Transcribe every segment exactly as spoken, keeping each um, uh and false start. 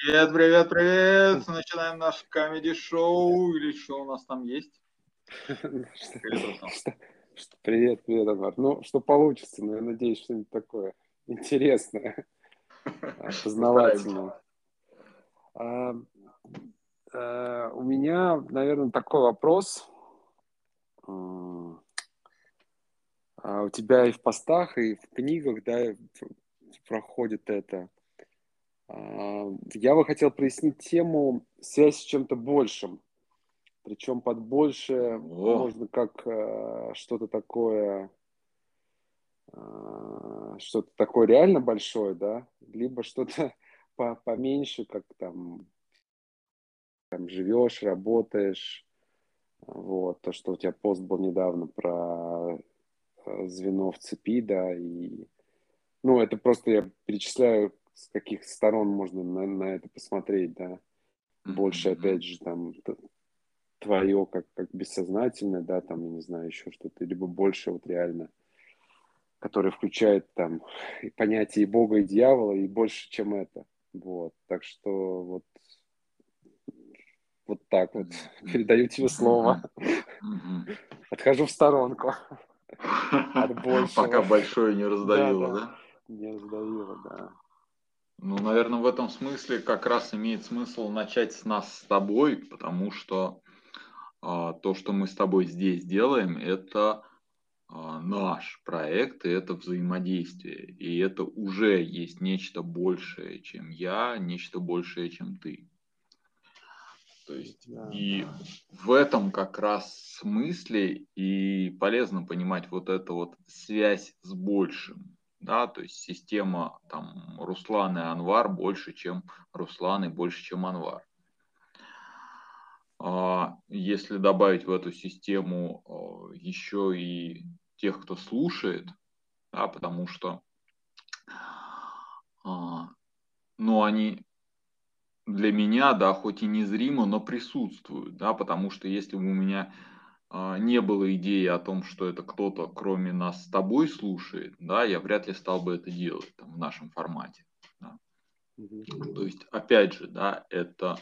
Привет, привет, привет! Начинаем наш комеди-шоу. Или что у нас там есть? Что, что, что, привет, привет, Эдвард. Ну, что получится, но я надеюсь, что-нибудь такое интересное, а, познавательное. А, а, у меня, наверное, такой вопрос. М, а, у тебя и в постах, и в книгах, да, проходит это. А, я бы хотел прояснить тему связь с чем-то большим. Причем под больше О, можно как э, что-то такое, э, что-то такое реально большое, да, либо что-то по- поменьше, как там, там живешь, работаешь. Вот, то, что у тебя пост был недавно про э, звено в цепи, да, и, ну, это просто я перечисляю, с каких сторон можно на, на это посмотреть, да. Больше, мгм. опять же, там, т- твое как, как бессознательное, да, там, я не знаю, еще что-то, либо больше вот реально, который включает там и понятие и Бога, и дьявола, и больше, чем это. Вот. Так что вот, вот так вот. Мгм. Передаю тебе слово. Мгм. Мгм. Отхожу в сторонку от Пока большего. большое не Да, раздавило, да. да? Не раздавило, да. Ну, наверное, в этом смысле как раз имеет смысл начать с нас с тобой, потому что а, то, что мы с тобой здесь делаем, это а, наш проект, и это взаимодействие. И это уже есть нечто большее, чем я, нечто большее, чем ты. То есть Да. и в этом как раз смысле и полезно понимать вот эту вот связь с большим. Да, то есть система там Руслан и Анвар больше, чем Руслан и больше, чем Анвар. А если добавить в эту систему а, еще и тех, кто слушает, да, потому что а, ну, они для меня, да, хоть и незримо, но присутствуют, да, потому что если бы у меня а, не было идеи о том, что это кто-то, кроме нас с тобой, слушает, да, я вряд ли стал бы это делать там, в нашем формате. Да. Мгм. То есть, опять же, да, это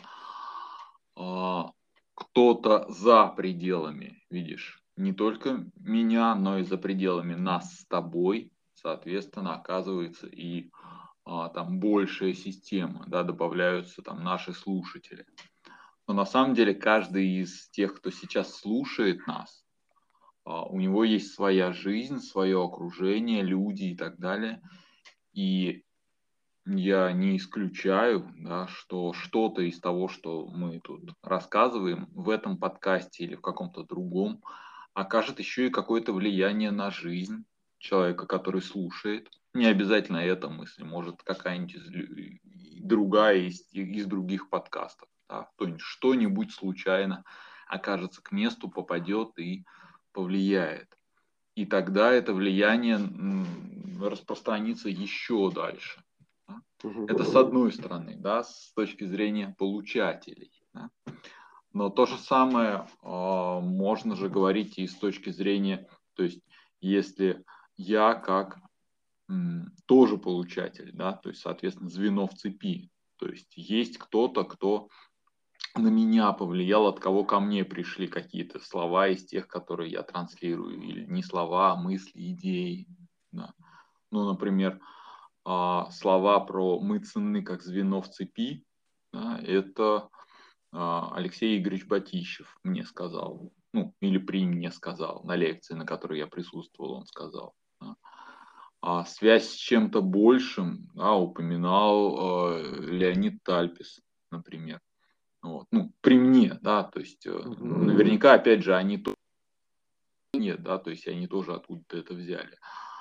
а, кто-то за пределами, видишь, не только меня, но и за пределами нас с тобой, соответственно, оказывается и а, там большая система, да, добавляются там наши слушатели. Но на самом деле каждый из тех, кто сейчас слушает нас, а, у него есть своя жизнь, свое окружение, люди и так далее. И я не исключаю, да, что что-то из того, что мы тут рассказываем в этом подкасте или в каком-то другом, окажет еще и какое-то влияние на жизнь человека, который слушает. Не обязательно эта мысль, может какая-нибудь из, другая из, из других подкастов. Да, что-нибудь случайно окажется к месту, попадет и повлияет. И тогда это влияние распространится еще дальше. Мгм. Это с одной стороны, да, с точки зрения получателей. Да. Но то же самое э, можно же говорить и с точки зрения, то есть если я как м, тоже получатель, да, то есть, соответственно, звено в цепи, то есть есть кто-то, кто на меня повлиял, от кого ко мне пришли какие-то слова из тех, которые я транслирую, или не слова, а мысли, идеи. Да. Ну, например, а, слова про «мы ценны как звено в цепи», да, это а, Алексей Игоревич Батищев мне сказал, ну, или при мне сказал, на лекции, на которой я присутствовал, он сказал. Да. А связь с чем-то большим, да, упоминал э, Леонид Тальпис, например. Вот. Ну, при мне, да, то есть э, Мгм. наверняка, опять же, они тоже нет, да, то есть они тоже откуда-то это взяли.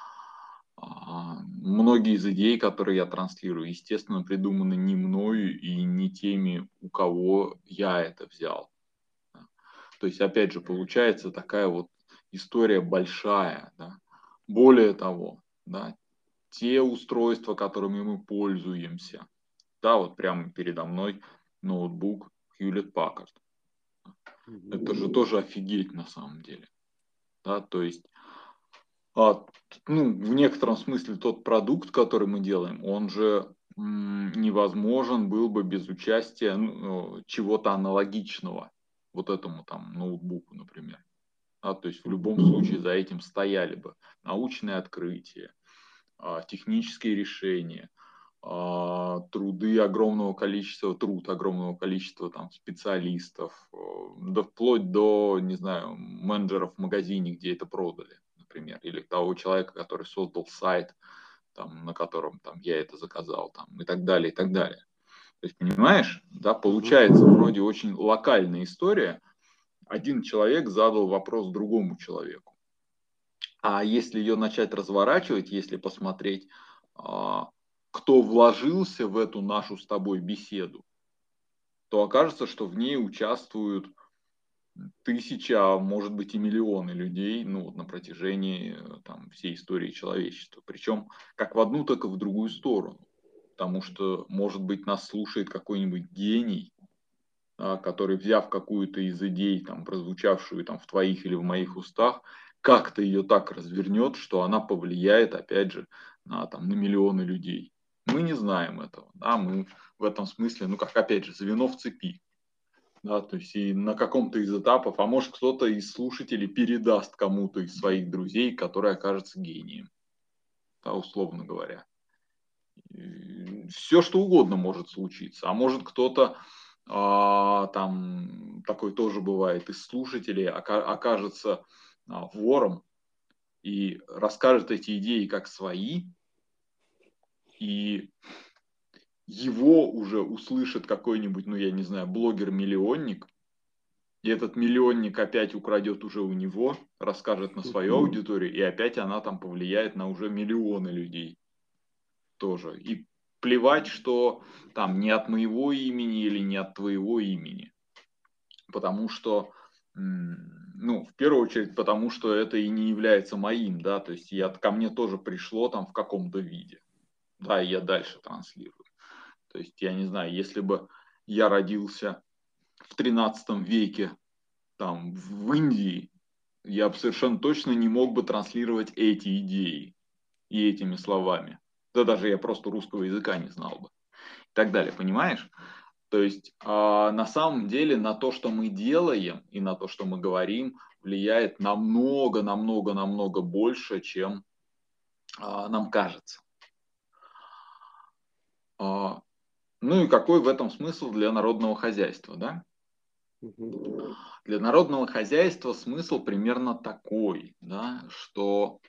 А, многие из идей, которые я транслирую, естественно, придуманы не мною и не теми, у кого я это взял. То есть, опять же, получается такая вот история большая. Да. Более того, да, те устройства, которыми мы пользуемся, да, вот прямо передо мной ноутбук Hewlett Packard. Мгм. Это же тоже офигеть на самом деле. Да, то есть, а, ну, в некотором смысле тот продукт, который мы делаем, он же невозможен был бы без участия ну, чего-то аналогичного вот этому там ноутбуку, например. А, то есть в любом случае за этим стояли бы научные открытия, технические решения, труды огромного количества, труд огромного количества там специалистов, да вплоть до, не знаю, менеджеров в магазине, где это продали, например, или того человека, который создал сайт, там, на котором там, я это заказал, там, и так далее, и так далее. То есть, понимаешь, да, получается вроде очень локальная история. Один человек задал вопрос другому человеку. А если ее начать разворачивать, если посмотреть, кто вложился в эту нашу с тобой беседу, то окажется, что в ней участвуют тысячи, а может быть и миллионы людей, ну, на протяжении там, всей истории человечества. Причем как в одну, так и в другую сторону. Потому что, может быть, нас слушает какой-нибудь гений, который, взяв какую-то из идей, там, прозвучавшую там, в твоих или в моих устах, как-то ее так развернет, что она повлияет, опять же, на, там, на миллионы людей. Мы не знаем этого. Да? Мы в этом смысле, ну, как, опять же, звено в цепи. Да, то есть и на каком-то из этапов, а может кто-то из слушателей передаст кому-то из своих друзей, который окажется гением, да, условно говоря. Все что угодно может случиться, а может кто-то а, там такой тоже бывает из слушателей окажется а, вором и расскажет эти идеи как свои, и его уже услышит какой-нибудь, ну я не знаю, блогер-миллионник. И этот миллионник опять украдет уже у него, расскажет на свою аудиторию, и опять она там повлияет на уже миллионы людей тоже. И плевать, что там не от моего имени или не от твоего имени. Потому что, ну, в первую очередь, потому что это и не является моим, да, то есть я, ко мне тоже пришло там в каком-то виде. Да, и я дальше транслирую. То есть, я не знаю, если бы я родился в тринадцатом веке, там, в Индии, я бы совершенно точно не мог бы транслировать эти идеи и этими словами. Да даже я просто русского языка не знал бы. И так далее, понимаешь? То есть э, на самом деле на то, что мы делаем и на то, что мы говорим, влияет намного, намного, намного больше, чем э, нам кажется. Э, ну и какой в этом смысл для народного хозяйства, да? Для народного хозяйства смысл примерно такой, да, что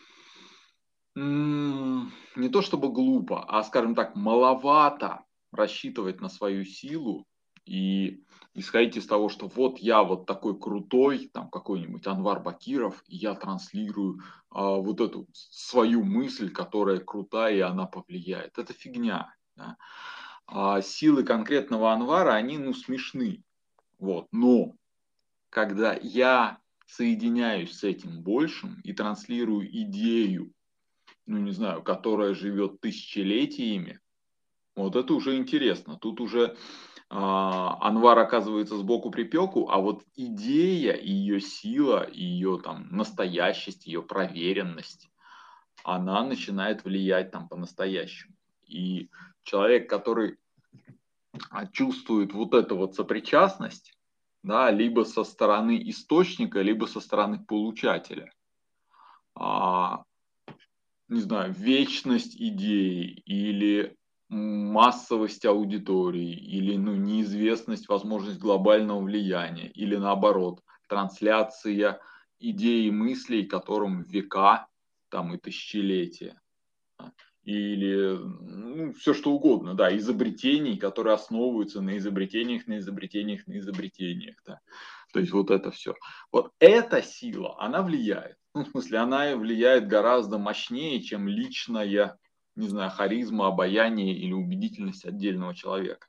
м- не то чтобы глупо, а, скажем так, маловато рассчитывать на свою силу и исходить из того, что вот я вот такой крутой, там какой-нибудь Анвар Бакиров, и я транслирую а, вот эту свою мысль, которая крутая, и она повлияет. Это фигня. Да? А силы конкретного Анвара, они, ну, смешны. Вот. Но когда я соединяюсь с этим большим и транслирую идею, ну, не знаю, которая живет тысячелетиями, вот это уже интересно. Тут уже а, Анвар оказывается сбоку припеку, а вот идея, ее сила, ее там настоящесть, ее проверенность, она начинает влиять там по-настоящему. И человек, который чувствует вот эту вот сопричастность, да, либо со стороны источника, либо со стороны получателя, а, не знаю, вечность идеи или массовость аудитории, или ну, неизвестность, возможность глобального влияния, или наоборот, трансляция идей и мыслей, которым века там, и тысячелетия. Или ну, все что угодно, да, изобретений, которые основываются на изобретениях, на изобретениях, на изобретениях, да. То есть вот это все. Вот эта сила, она влияет. Ну, в смысле, она влияет гораздо мощнее, чем личная, не знаю, харизма, обаяние или убедительность отдельного человека.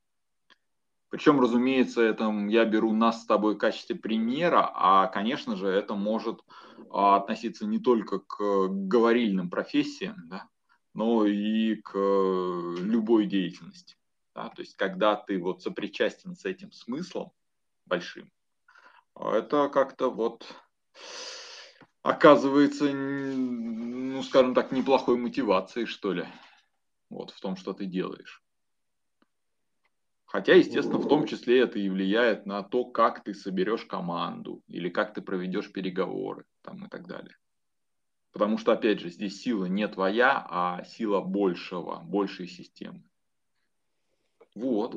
Причем, разумеется, это я беру нас с тобой в качестве примера, а, конечно же, это может относиться не только к говорильным профессиям, да, но и к любой деятельности. Да? То есть, когда ты вот сопричастен с этим смыслом большим, это как-то вот оказывается, ну, скажем так, неплохой мотивацией, что ли. вот, в том, что ты делаешь. Хотя, естественно, в том числе это и влияет на то, как ты соберешь команду или как ты проведешь переговоры там, и так далее. Потому что, опять же, здесь сила не твоя, а сила большего, большей системы. Вот.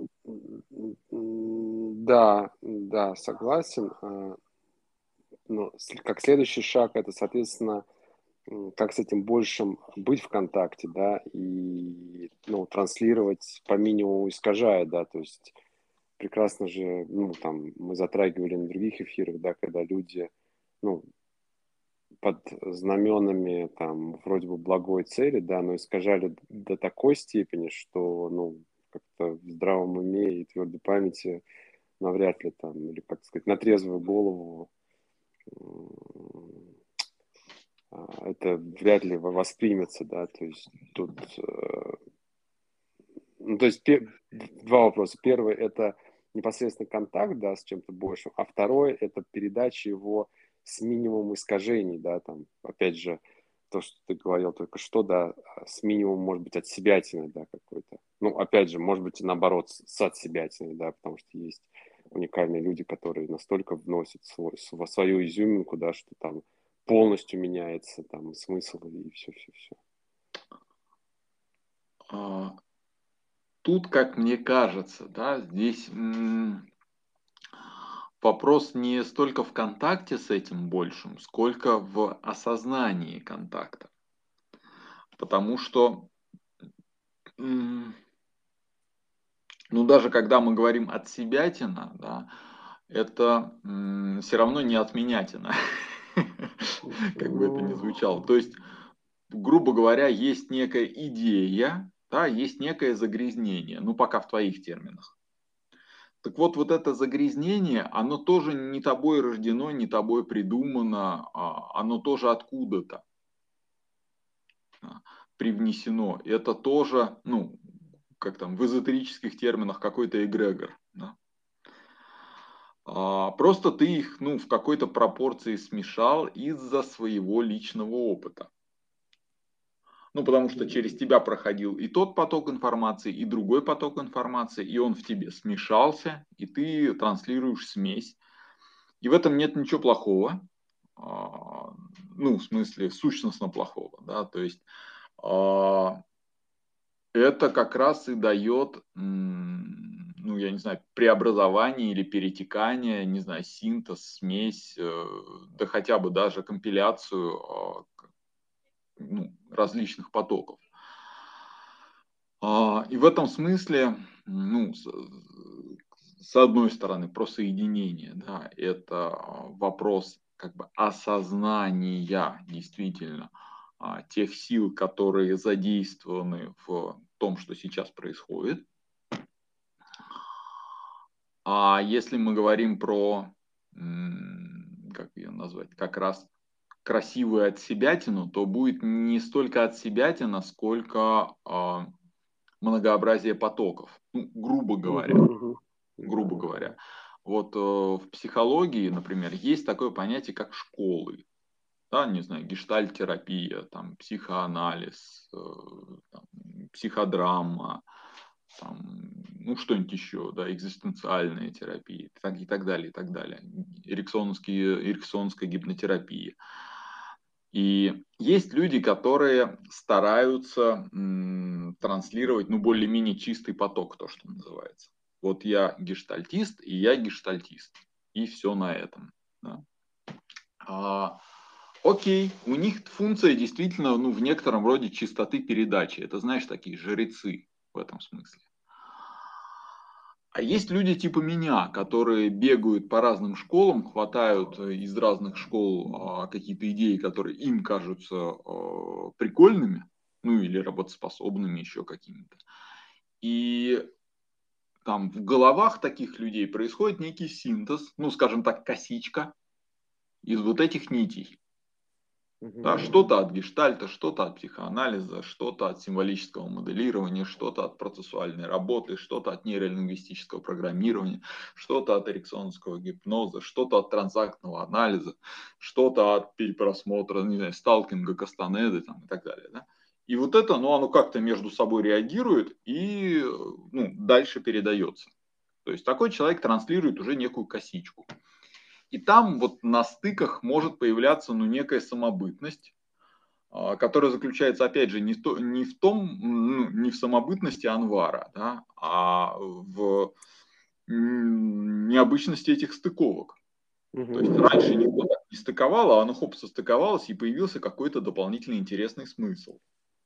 Да, да, согласен. Ну, как следующий шаг, это, соответственно, как с этим большим быть в контакте, да, и, ну, транслировать по минимуму искажая, да, то есть прекрасно же, ну, там, мы затрагивали на других эфирах, да, когда люди, ну, под знаменами, там, вроде бы благой цели, да, но искажали до такой степени, что, ну, как-то в здравом уме и твердой памяти навряд ли там, или, как сказать, на трезвую голову это вряд ли воспримется, да, то есть тут, э, ну, то есть пе- два вопроса. Первый – это непосредственно контакт, да, с чем-то большим, а второй – это передача его с минимумом искажений, да, там, опять же, то, что ты говорил только что, да, с минимумом, может быть, от себятины, да, какой-то. Ну, опять же, может быть, и наоборот, с от себятины, да, потому что есть уникальные люди, которые настолько вносят свой, свою изюминку, да, что там полностью меняется там смысл и все-все-все. Тут, как мне кажется, да, здесь м- вопрос не столько в контакте с этим большим, сколько в осознании контакта. Потому что, м- ну, даже когда мы говорим от себятина, да, это м- все равно не отменятина, как бы это ни звучало. То есть, грубо говоря, есть некая идея, да, есть некое загрязнение, ну, пока в твоих терминах. Так вот, вот это загрязнение, оно тоже не тобой рождено, не тобой придумано, а оно тоже откуда-то привнесено. Это тоже, ну, как там, в эзотерических терминах какой-то эгрегор. Да? А, просто ты их, ну, в какой-то пропорции смешал из-за своего личного опыта. Ну, потому что через тебя проходил и тот поток информации, и другой поток информации, и он в тебе смешался, и ты транслируешь смесь. И в этом нет ничего плохого, ну, в смысле, сущностно плохого, да, то есть это как раз и дает, ну, я не знаю, преобразование или перетекание, не знаю, синтез, смесь, да хотя бы даже компиляцию ну, различных потоков. И в этом смысле, ну, с одной стороны, про соединение, да, это вопрос как бы осознания действительно тех сил, которые задействованы в том, что сейчас происходит. А если мы говорим про, как ее назвать, как раз красивую отсебятину, то будет не столько отсебятина, сколько многообразие потоков, ну, грубо говоря. Uh-huh, uh-huh. Грубо uh-huh. говоря. Вот э, в психологии, например, есть такое понятие, как школы. Да, не знаю, гештальт-терапия, там, психоанализ, э, там, психодрама, там, ну, что-нибудь еще, да, экзистенциальная терапия, и так далее, и так далее. Эриксонская гипнотерапия. И есть люди, которые стараются м, транслировать, ну, более-менее чистый поток, то, что называется. Вот я гештальтист, и я гештальтист. И все на этом. Да. А, окей, у них функция действительно, ну, в некотором роде чистоты передачи. Это, знаешь, такие жрецы в этом смысле. А есть люди типа меня, которые бегают по разным школам, хватают из разных школ а, какие-то идеи, которые им кажутся а, прикольными, ну или работоспособными еще какими-то. И там в головах таких людей происходит некий синтез, ну скажем так, косичка из вот этих нитей. Uh-huh. Да, что-то от гештальта, что-то от психоанализа, что-то от символического моделирования, что-то от процессуальной работы, что-то от нейролингвистического программирования, что-то от эриксонского гипноза, что-то от транзактного анализа, что-то от перепросмотра, не знаю, сталкинга Кастанеды там, и так далее. Да? И вот это, ну, оно как-то между собой реагирует и ну, дальше передается. То есть такой человек транслирует уже некую косичку. И там вот на стыках может появляться ну, некая самобытность, которая заключается, опять же, не, то, не в том, ну, не в самобытности Анвара, да, а в необычности этих стыковок. Угу. То есть раньше никто так не стыковал, а оно хоп, состыковалось, и появился какой-то дополнительный интересный смысл.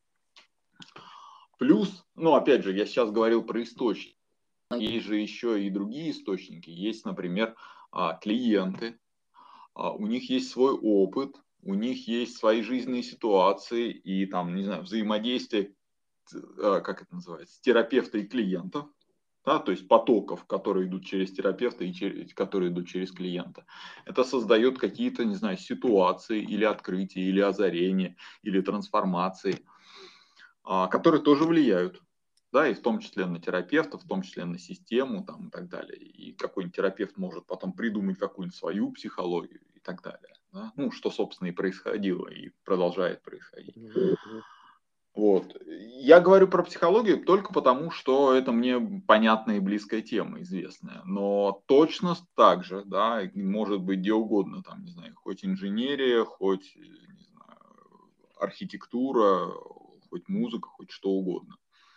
Плюс, ну, опять же, я сейчас говорил про источники. Есть же еще и другие источники. Есть, например, клиенты. У них есть свой опыт, у них есть свои жизненные ситуации и там, не знаю, взаимодействие, как это называется, терапевта и клиентов. Да, то есть потоков, которые идут через терапевта и через, которые идут через клиента. Это создает какие-то, не знаю, ситуации или открытия, или озарения, или трансформации, которые тоже влияют. Да, и в том числе на терапевта, в том числе на систему там, и так далее. И какой-нибудь терапевт может потом придумать какую-нибудь свою психологию и так далее. Да? Ну, что, собственно, и происходило, и продолжает происходить. Mm-hmm. Вот. Я говорю про психологию только потому, что это мне понятная и близкая тема, известная. Но точно так же, да, может быть где угодно, там, не знаю, хоть инженерия, хоть, не знаю, архитектура, хоть музыка, хоть что угодно.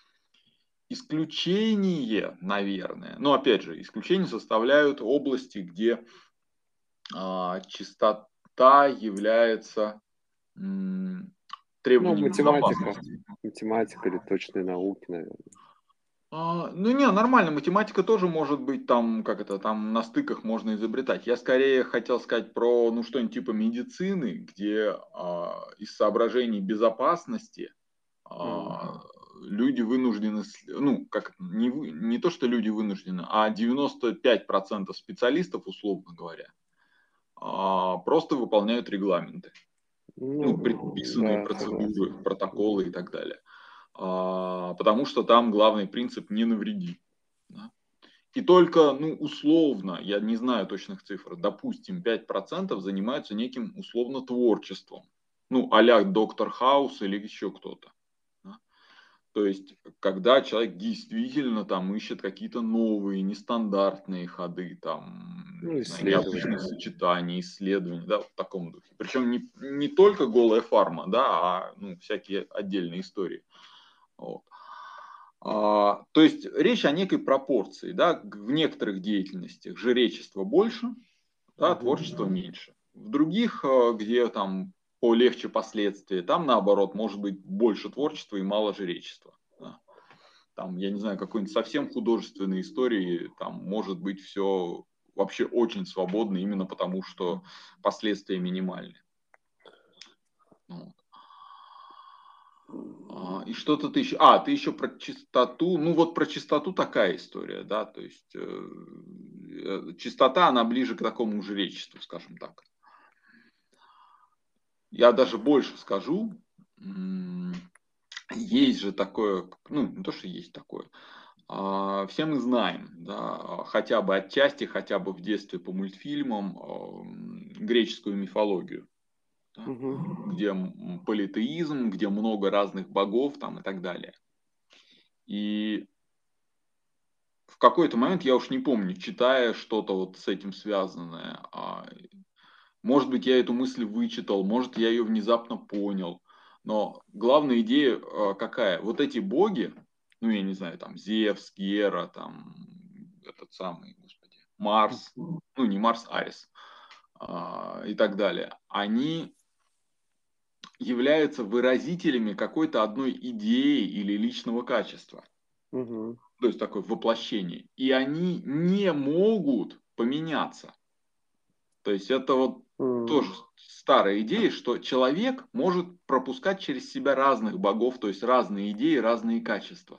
Исключение, наверное, но опять же, исключения составляют области, где а, чистота является м, требованием ну, математика, безопасности. Математика или точные науки, наверное. А, ну не, нормально, математика тоже может быть там, как это, там на стыках можно изобретать. Я скорее хотел сказать про, ну что-нибудь типа медицины, где а, из соображений безопасности а, люди вынуждены, ну, как не, не то, что люди вынуждены, а девяносто пять процентов специалистов, условно говоря, просто выполняют регламенты. Ну, предписанные да, процедуры, согласен. Протоколы и так далее. Потому что там главный принцип не навреди. И только, ну, условно, я не знаю точных цифр, допустим, пять процентов занимаются неким условно творчеством. Ну, а-ля доктор Хаус или еще кто-то. То есть, когда человек действительно там ищет какие-то новые, нестандартные ходы, там, ну, не знаю, необычные сочетания, исследования, да, в таком духе. Причем не, не только голая фарма, да, а ну, всякие отдельные истории. Вот. А, то есть, речь о некой пропорции, да, в некоторых деятельностях жречества больше, да, творчества меньше. В других, где там полегче последствия, там наоборот может быть больше творчества и мало жречества. Да. Там, я не знаю, какой-нибудь совсем художественной истории, там может быть все вообще очень свободно, именно потому что последствия минимальны. Вот. И что-то ты еще... А, ты еще про чистоту. Ну вот про чистоту такая история, да, то есть э, чистота, она ближе к такому жречеству, скажем так. Я даже больше скажу, есть же такое, ну не то, что есть такое, а, все мы знаем, да, хотя бы отчасти, хотя бы в детстве по мультфильмам, греческую мифологию. Да, угу. Где политеизм, где много разных богов там, и так далее. И в какой-то момент, я уж не помню, читая что-то вот с этим связанное, может быть, я эту мысль вычитал, может, я ее внезапно понял, но главная идея какая? Вот эти боги, ну, я не знаю, там, Зевс, Гера, там, этот самый, господи, Марс, ну, не Марс, Арис, и так далее, они являются выразителями какой-то одной идеи или личного качества. Угу. То есть такое воплощение. И они не могут поменяться. То есть это вот угу. тоже старая идея, что человек может пропускать через себя разных богов, то есть разные идеи, разные качества.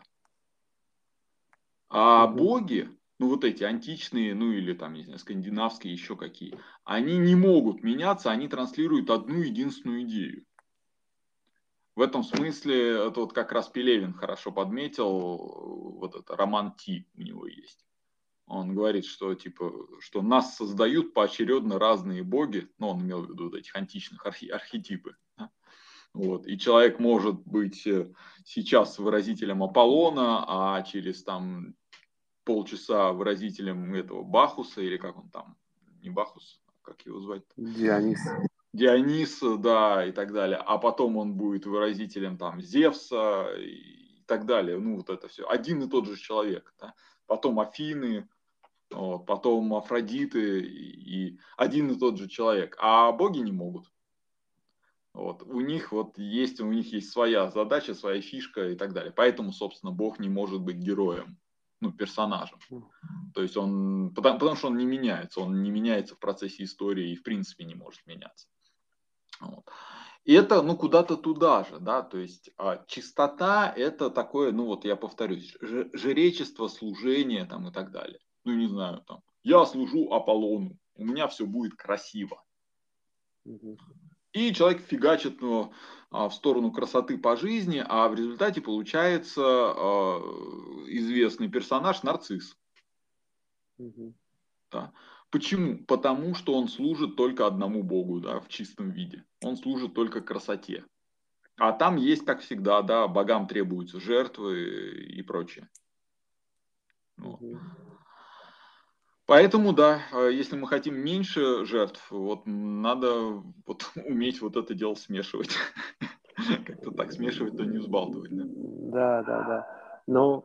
А угу. боги, ну вот эти античные, ну или там, не знаю, скандинавские, еще какие, они не могут меняться, они транслируют одну единственную идею. В этом смысле, это вот как раз Пелевин хорошо подметил, вот это роман Ти у него есть. Он говорит, что типа, что нас создают поочередно разные боги, ну он имел в виду вот этих античных архи- архетипы. Да? Вот. И человек может быть сейчас выразителем Аполлона, а через там полчаса выразителем этого Бахуса, или как он там, не Бахус, как его звать? Дионис. Дионис, да, и так далее. А потом он будет выразителем там Зевса и так далее. Ну, вот это все. Один и тот же человек. Да? Потом Афины, вот, потом Афродиты и, и один и тот же человек. А боги не могут. Вот. У них вот есть, у них есть своя задача, своя фишка и так далее. Поэтому, собственно, Бог не может быть героем, ну, персонажем. То есть он, потому, потому что он не меняется, он не меняется в процессе истории и в принципе не может меняться. Вот. И это, ну, куда-то туда же, да, то есть а, чистота это такое, ну, вот я повторюсь, ж, жречество, служение там и так далее. Ну, не знаю, там, я служу Аполлону, у меня все будет красиво. Угу. И человек фигачит ну, в сторону красоты по жизни, а в результате получается известный персонаж нарцисс. Угу. Да. Почему? Потому что он служит только одному богу, да, в чистом виде. Он служит только красоте. А там есть, как всегда, да, богам требуются жертвы и прочее. Угу. Поэтому, да, если мы хотим меньше жертв, вот надо вот уметь вот это дело смешивать. Как-то так смешивать, то не взбалтывать, да? Да, да, да. Но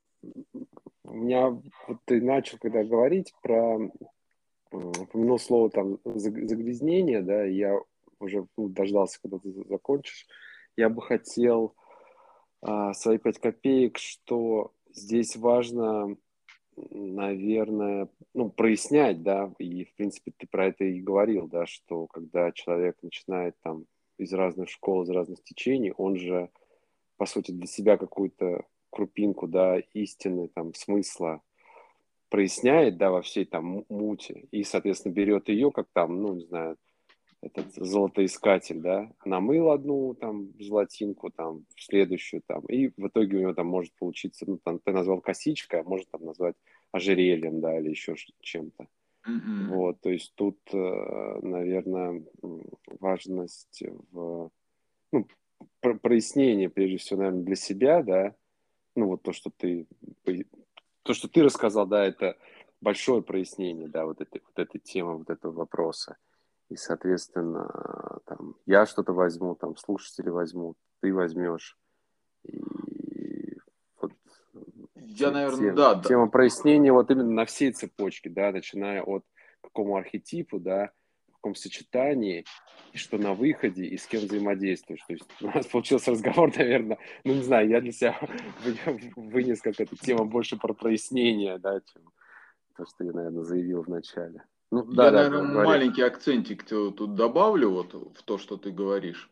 у меня, вот ты начал когда говорить про, упомянул слово там загрязнение, да, я уже ну, дождался, когда ты закончишь. Я бы хотел а, свои пять копеек, что здесь важно, наверное, ну, прояснять, да, и, в принципе, ты про это и говорил, да, что когда человек начинает там из разных школ, из разных течений, он же, по сути, для себя какую-то крупинку, да, истины, там, смысла проясняет, да, во всей там мути, и, соответственно, берет ее, как там, ну, не знаю, этот золотоискатель, да, намыл одну там золотинку, там, в следующую, там, и в итоге у него там может получиться, ну, там, ты назвал косичкой, а может там назвать ожерельем, да, или еще чем-то. Mm-hmm. Вот, то есть тут, наверное, важность в, ну, про- прояснение, прежде всего, наверное, для себя, да, ну, вот то, что ты, то, что ты рассказал, да, это большое прояснение, да, вот этой, вот этой темы, вот этого вопроса. И, соответственно, там, я что-то возьму, там, слушатели возьмут, ты возьмешь. И вот Я, те, наверное, те, да, да. тема прояснения вот именно на всей цепочке, да, начиная от какому архетипу, да, в каком сочетании, и что на выходе, и с кем взаимодействуешь. То есть у нас получился разговор, наверное, ну, не знаю, я для себя вынес как эта тема больше про прояснение, да, чем то, что я, наверное, заявил в начале. Ну, да, Я, да, наверное, говори. маленький акцентик тут добавлю вот в то, что ты говоришь.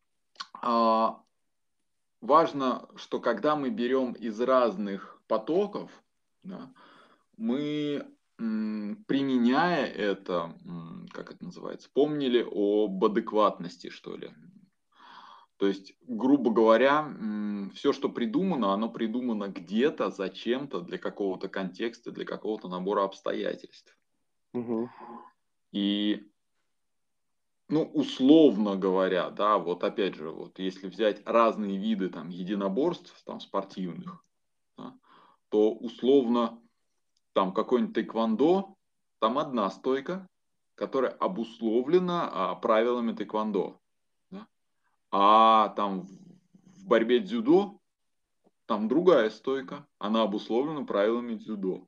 А, важно, что когда мы берем из разных потоков, да, мы, м, применяя это, м, как это называется, помнили об адекватности, что ли. То есть, грубо говоря, все, что придумано, оно придумано где-то, зачем-то, для какого-то контекста, для какого-то набора обстоятельств. Угу. И, ну, условно говоря, да, вот опять же, вот если взять разные виды там единоборств, там спортивных, да, то условно там какой-нибудь тэквондо, там одна стойка, которая обусловлена а, правилами тэквондо. Да? А там в борьбе дзюдо там другая стойка, она обусловлена правилами дзюдо.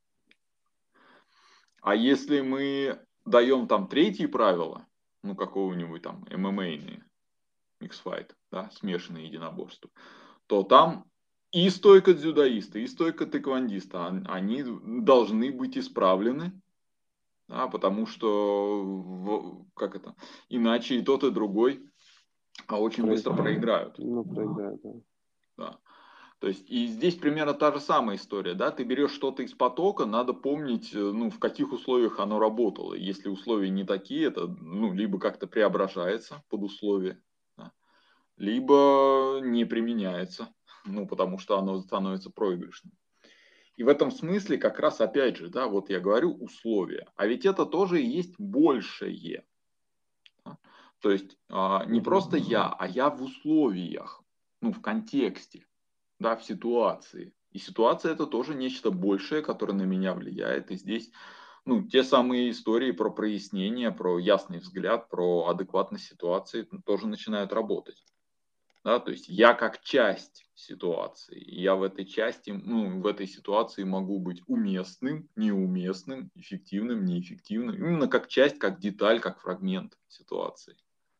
А если мы даем там третьи правила, ну какого-нибудь там эм эм а-ные, миксфайт, да, смешанные единоборства, то там и стойка дзюдоиста, и стойка тэквондиста, они должны быть исправлены, да, потому что как это, иначе и тот, и другой очень Про... быстро проиграют. Ну, проиграют, да. Да. То есть и здесь примерно та же самая история, да, ты берешь что-то из потока, надо помнить, ну, в каких условиях оно работало. Если условия не такие, это, ну, либо как-то преображается под условия, да, либо не применяется, ну, потому что оно становится проигрышным. И в этом смысле как раз опять же, да, вот я говорю условия, а ведь это тоже и есть большее. Да? То есть а, не Мгм. просто я, а я в условиях, ну, в контексте, да, в ситуации. И ситуация это тоже нечто большее, которое на меня влияет. И здесь, ну, те самые истории про прояснение, про ясный взгляд, про адекватность ситуации тоже начинают работать. Да, то есть я как часть ситуации, и я в этой части, ну, в этой ситуации могу быть уместным, неуместным, эффективным, неэффективным, именно как часть, как деталь, как фрагмент ситуации.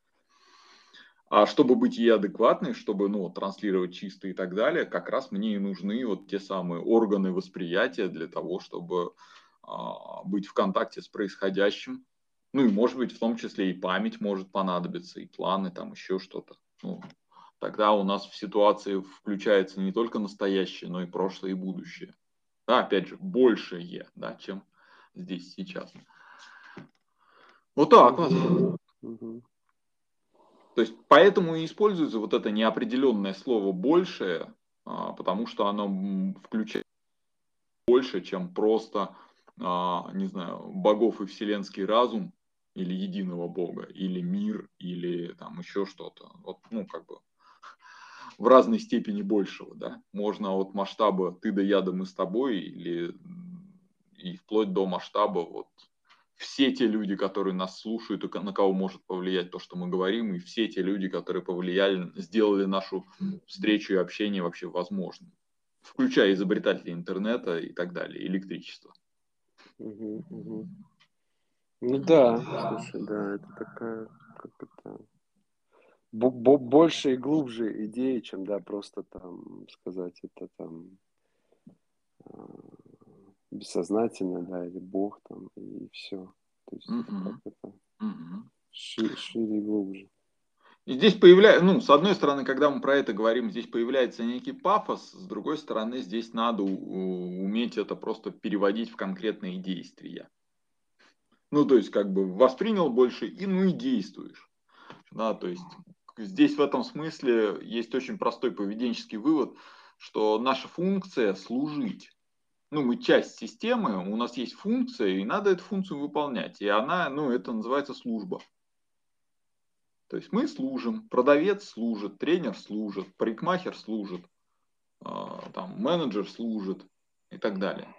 А чтобы быть ей адекватной, чтобы, ну, транслировать чисто и так далее, как раз мне и нужны вот те самые органы восприятия для того, чтобы а, быть в контакте с происходящим. Ну и, может быть, в том числе и память может понадобиться, и планы, там еще что-то. Ну, тогда у нас в ситуации включается не только настоящее, но и прошлое и будущее. Да, опять же, большее, да, чем здесь сейчас. Вот так вот. Мгм. Мгм. То есть поэтому и используется вот это неопределенное слово большее, а, потому что оно м, включает больше, чем просто, а, не знаю, богов и вселенский разум, или единого бога, или мир, или там еще что-то. Вот, ну, как бы в разной степени большего, да. Можно от масштаба ты да я да мы с тобой, или и вплоть до масштаба вот все те люди, которые нас слушают, и на кого может повлиять то, что мы говорим, и все те люди, которые повлияли, сделали нашу встречу и общение вообще возможным, включая изобретателей интернета и так далее, электричество. Мгм. Мгм. Ну да, слушай, да, это такая, как это, бо- бо- больше и глубже идеи, чем, да, просто там сказать это там а, бессознательно, да, или Бог там, и все. То есть это как Мгм. это Мгм. ши- шире и глубже. И здесь появляется, ну, с одной стороны, когда мы про это говорим, здесь появляется некий пафос, с другой стороны, здесь надо у- уметь это просто переводить в конкретные действия. Ну, то есть, как бы воспринял больше и ну и действуешь. Да, то есть здесь в этом смысле есть очень простой поведенческий вывод, что наша функция служить. Ну, мы часть системы, у нас есть функция, и надо эту функцию выполнять. И она, ну, это называется служба. То есть мы служим, продавец служит, тренер служит, парикмахер служит, а, там, менеджер служит и так далее.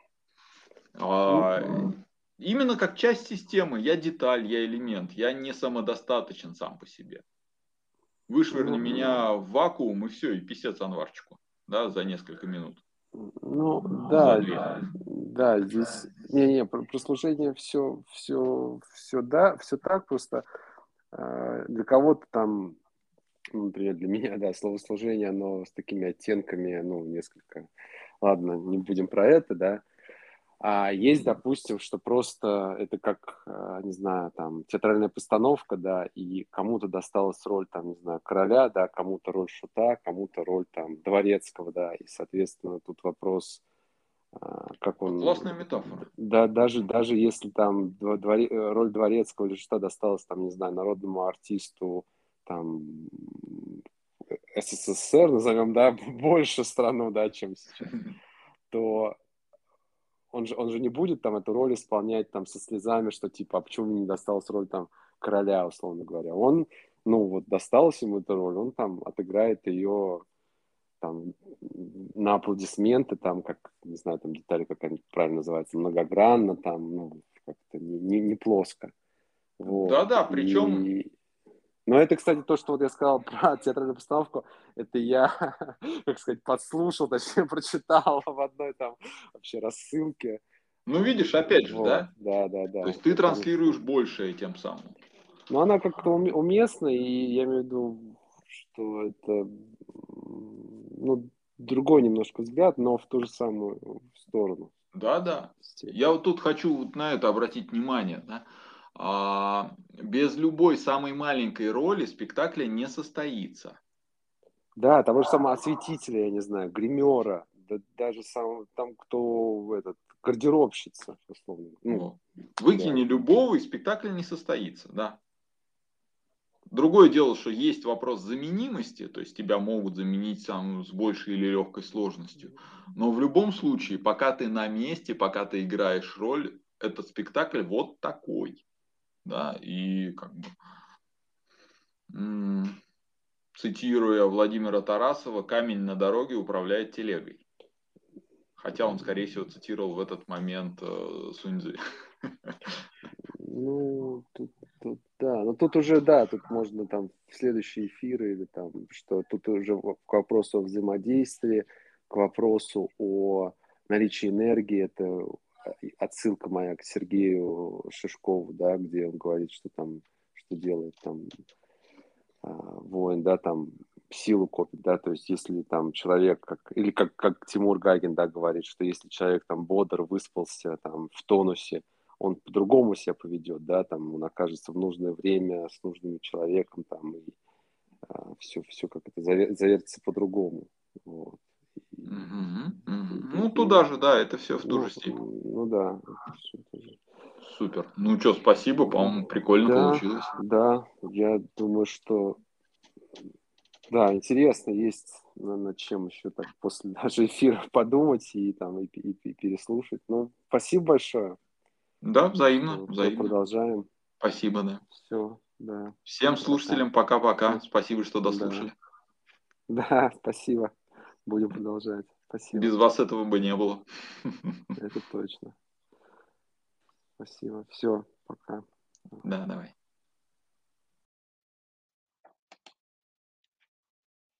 Ну, А, Именно как часть системы, я деталь, я элемент, я не самодостаточен сам по себе. Вышвырни ну, меня в вакуум и все, и писец Анварчику, да, за несколько минут, ну, за да, две. да, здесь, не-не, про, про служение все, все, все, да, все так, просто а, для кого-то там, ну, например, для меня, да, слово служение, оно с такими оттенками, ну, несколько, ладно, не будем про это, да. А есть, допустим, что просто это как, а, не знаю, там, театральная постановка, да, и кому-то досталась роль, там, не знаю, короля, да, кому-то роль шута, кому-то роль, там, дворецкого, да, и, соответственно, тут вопрос, а, как он, Классная метафора. да, даже, даже если там дво- дворе- э, роль дворецкого или шута досталась, там, не знаю, народному артисту, там, СССР, назовем, да, больше страну, да, чем сейчас, то он же, он же не будет там эту роль исполнять там со слезами, что типа, а почему мне не досталась роль там короля, условно говоря. Он, ну вот досталась ему эта роль, он там отыграет ее там на аплодисменты, там, как, не знаю, там детали, как они правильно называются, многогранно, там, ну, как-то не, не, не плоско. Вот. Да-да, причем, И но это, кстати, то, что вот я сказал про театральную постановку, это я, как сказать, подслушал, точнее, прочитал в одной там вообще рассылке. ну видишь, опять же, Вот, да, да, да, то да. есть ты Потому транслируешь что... большее тем самым. Но она как-то уме- уместна, и я имею в виду, что это, м, ну, другой немножко взгляд, но в ту же самую сторону. Да-да. Степень. Я вот тут хочу вот на это обратить внимание, да. А, без любой самой маленькой роли спектакля не состоится. Да, того же самого осветителя, я не знаю, гримера, да, даже сам, там, кто этот, гардеробщица, условно, ну, Вот. в Выкини театре. любого, и спектакль не состоится, да. Другое дело, что есть вопрос заменимости, то есть тебя могут заменить сам с большей или легкой сложностью. Но в любом случае, пока ты на месте, пока ты играешь роль, этот спектакль вот такой. Да, и как бы цитируя Владимира Тарасова, камень на дороге управляет телегой. Хотя он, скорее всего, цитировал в этот момент э, Сунь-Дзы. Ну, тут, тут, да, но тут уже, да, тут можно там в следующие эфиры или там, что тут уже к вопросу о взаимодействии, к вопросу о наличии энергии, это отсылка моя к Сергею Шишкову, да, где он говорит, что там, что делает там воин, да, там силу копит, да, то есть если там человек, как, или как, как Тимур Гагин, да, говорит, что если человек там бодр, выспался, там в тонусе, он по-другому себя поведет, да, там он окажется в нужное время с нужным человеком, там, и а, все, все как это завер, завертится по-другому. Вот. И, Угу, угу. и, Ну, и, туда же, да, это все в ту же ну, степь. ну да. Тоже. Супер. Ну что, спасибо, по-моему, прикольно да, получилось. Да, я думаю, что да, интересно, есть над чем еще так после даже эфира подумать и там и, и, и переслушать. Ну, спасибо большое. Да, взаимно, Все, взаимно. продолжаем. Спасибо, да. Все, да. Всем Пока. слушателям пока-пока. Всем, Спасибо, что да. дослушали. Да, спасибо. Будем продолжать. Без Спасибо. вас этого бы не было. Это точно. Спасибо. Все, пока. Да, давай.